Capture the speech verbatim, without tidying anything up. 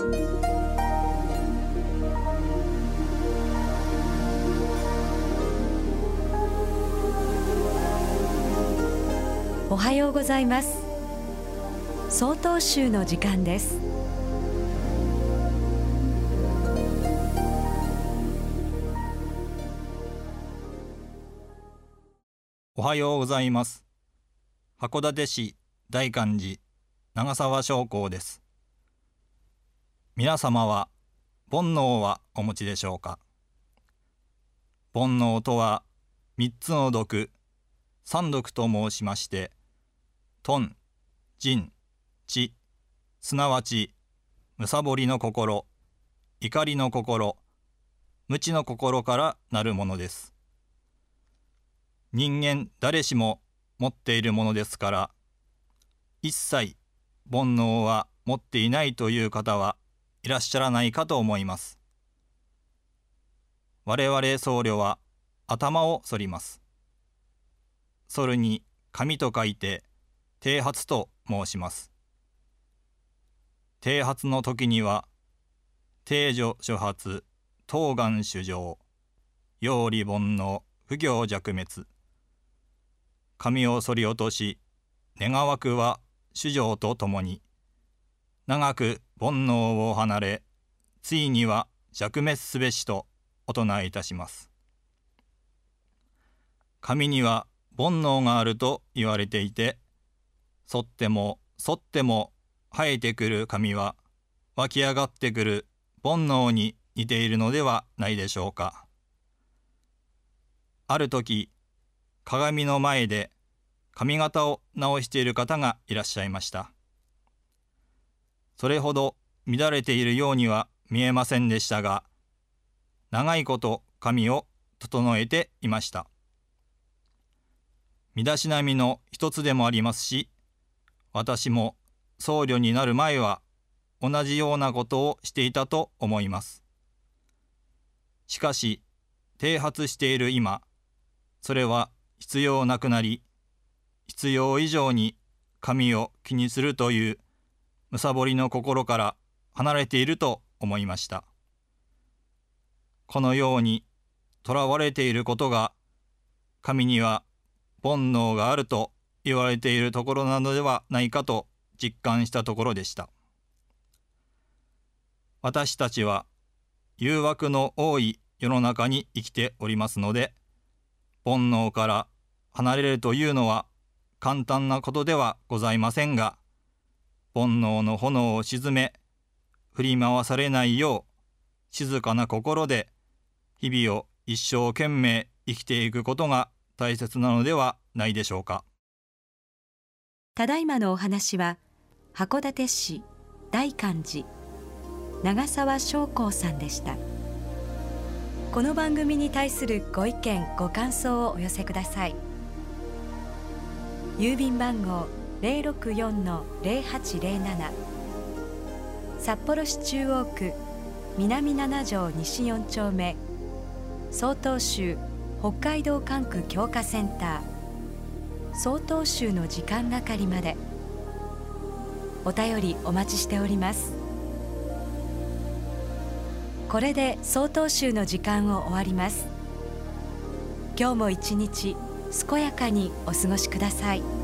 おはようございます。曹洞宗の時間です。 おはようございます。函館市大観寺長沢商工です。皆様は煩悩はお持ちでしょうか。煩悩とは三つの毒、三毒と申しまして、貪、瞋、痴、すなわちむさぼりの心、怒りの心、無知の心からなるものです。人間誰しも持っているものですから、一切煩悩は持っていないという方はいらっしゃらないかと思います。我々僧侶は頭を剃ります。剃るに髪と書いて剃髪と申します。剃髪の時には、剃除諸髪、当願主情、用利煩悩、不行弱滅。髪を剃り落とし、願わくは主情とともに、長く煩悩を離れ、ついには弱滅すべしとお唱えいたします。髪には煩悩があると言われていて、剃っても剃っても生えてくる髪は湧き上がってくる煩悩に似ているのではないでしょうか。ある時、鏡の前で髪型を直している方がいらっしゃいました。それほど乱れているようには見えませんでしたが、長いこと髪を整えていました。身だしなみの一つでもありますし、私も僧侶になる前は同じようなことをしていたと思います。しかし、剃髪している今、それは必要なくなり、必要以上に髪を気にするというむさぼりの心から離れていると思いました。このようにとらわれていることが、髪には煩悩があると言われているところなのではないかと実感したところでした。私たちは誘惑の多い世の中に生きておりますので、煩悩から離れるというのは簡単なことではございませんが、煩悩の炎を鎮め、振り回されないよう静かな心で日々を一生懸命生きていくことが大切なのではないでしょうか。 ただいまのお話は、函館市大観寺長沢商工さんでした。この番組に対するご意見ご感想をお寄せください。郵便番号 ゼロろくよんのゼロはちゼロなな、 札幌市中央区南なな条西よん丁目、曹洞宗北海道管区教化センター曹洞宗の時間係まで。お便りお待ちしております。これで曹洞宗の時間を終わります。今日も一日健やかにお過ごしください。